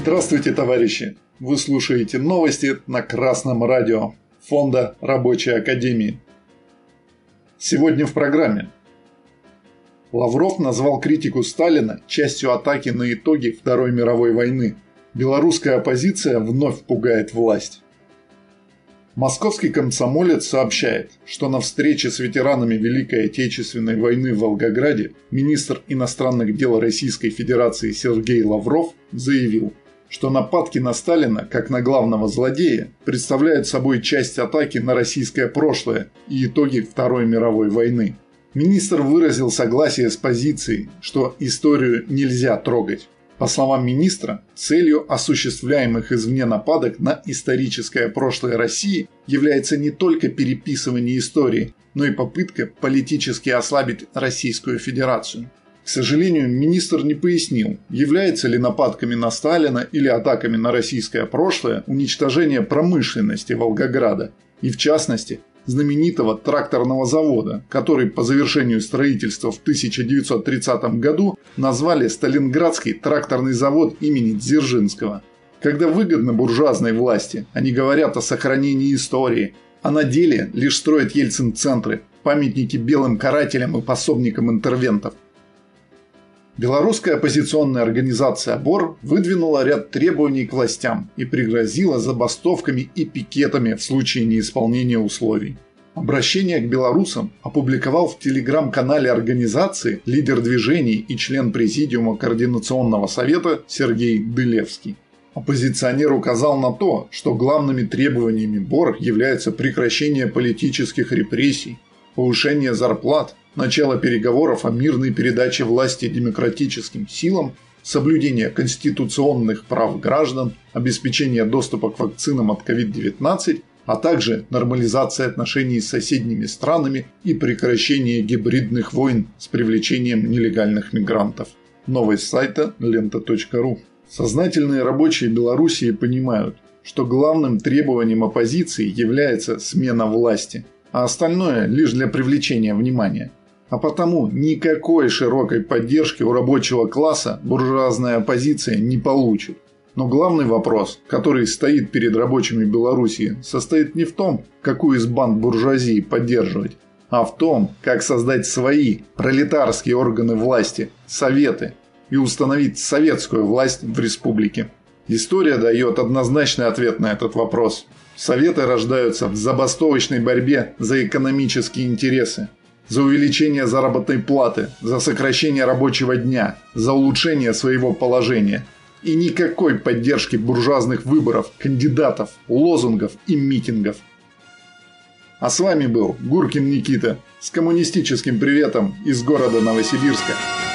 Здравствуйте, товарищи! Вы слушаете новости на Красном радио Фонда Рабочей Академии. Сегодня в программе. Лавров назвал критику Сталина частью атаки на итоги Второй мировой войны. Белорусская оппозиция вновь пугает власть. Московский комсомолец сообщает, что на встрече с ветеранами Великой Отечественной войны в Волгограде министр иностранных дел Российской Федерации Сергей Лавров заявил, что нападки на Сталина, как на главного злодея, представляют собой часть атаки на российское прошлое и итоги Второй мировой войны. Министр выразил согласие с позицией, что историю нельзя трогать. По словам министра, целью осуществляемых извне нападок на историческое прошлое России является не только переписывание истории, но и попытка политически ослабить Российскую Федерацию. К сожалению, министр не пояснил, является ли нападками на Сталина или атаками на российское прошлое уничтожение промышленности Волгограда и, в частности, знаменитого тракторного завода, который по завершению строительства в 1930 году назвали Сталинградский тракторный завод имени Дзержинского. Когда выгодно буржуазной власти, они говорят о сохранении истории, а на деле лишь строят Ельцин-центры, памятники белым карателям и пособникам интервентов. Белорусская оппозиционная организация «Бор» выдвинула ряд требований к властям и пригрозила забастовками и пикетами в случае неисполнения условий. Обращение к белорусам опубликовал в телеграм-канале организации лидер движений и член Президиума Координационного совета Сергей Дылевский. Оппозиционер указал на то, что главными требованиями БОР являются прекращение политических репрессий, повышение зарплат, начало переговоров о мирной передаче власти демократическим силам, соблюдение конституционных прав граждан, обеспечение доступа к вакцинам от COVID-19, а также нормализация отношений с соседними странами и прекращение гибридных войн с привлечением нелегальных мигрантов. Новость сайта лента.ру. Сознательные рабочие Белоруссии понимают, что главным требованием оппозиции является смена власти, а остальное лишь для привлечения внимания. А потому никакой широкой поддержки у рабочего класса буржуазная оппозиция не получит. Но главный вопрос, который стоит перед рабочими Белоруссии, состоит не в том, какую из банд буржуазии поддерживать, а в том, как создать свои пролетарские органы власти, советы, и установить советскую власть в республике. История дает однозначный ответ на этот вопрос. Советы рождаются в забастовочной борьбе за экономические интересы, за увеличение заработной платы, за сокращение рабочего дня, за улучшение своего положения. И никакой поддержки буржуазных выборов, кандидатов, лозунгов и митингов. А с вами был Гуркин Никита с коммунистическим приветом из города Новосибирска.